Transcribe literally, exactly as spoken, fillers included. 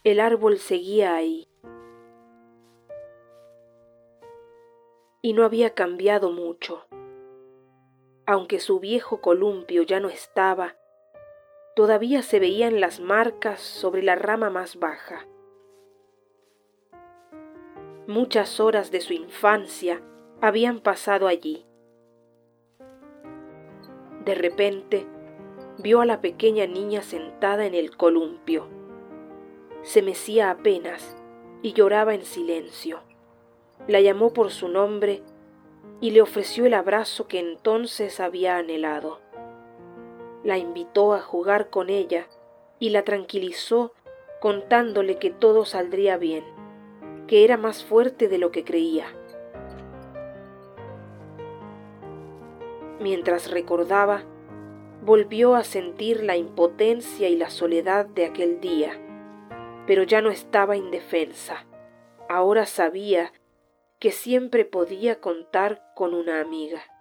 El árbol seguía ahí. Y no había cambiado mucho. Aunque su viejo columpio ya no estaba, todavía se veían las marcas sobre la rama más baja. Muchas horas de su infancia habían pasado allí. De repente, vio a la pequeña niña sentada en el columpio. Se mecía apenas y lloraba en silencio. La llamó por su nombre y le ofreció el abrazo que entonces había anhelado. La invitó a jugar con ella y la tranquilizó contándole que todo saldría bien, que era más fuerte de lo que creía. Mientras recordaba, volvió a sentir la impotencia y la soledad de aquel día, pero ya no estaba indefensa. Ahora sabía que siempre podía contar con una amiga.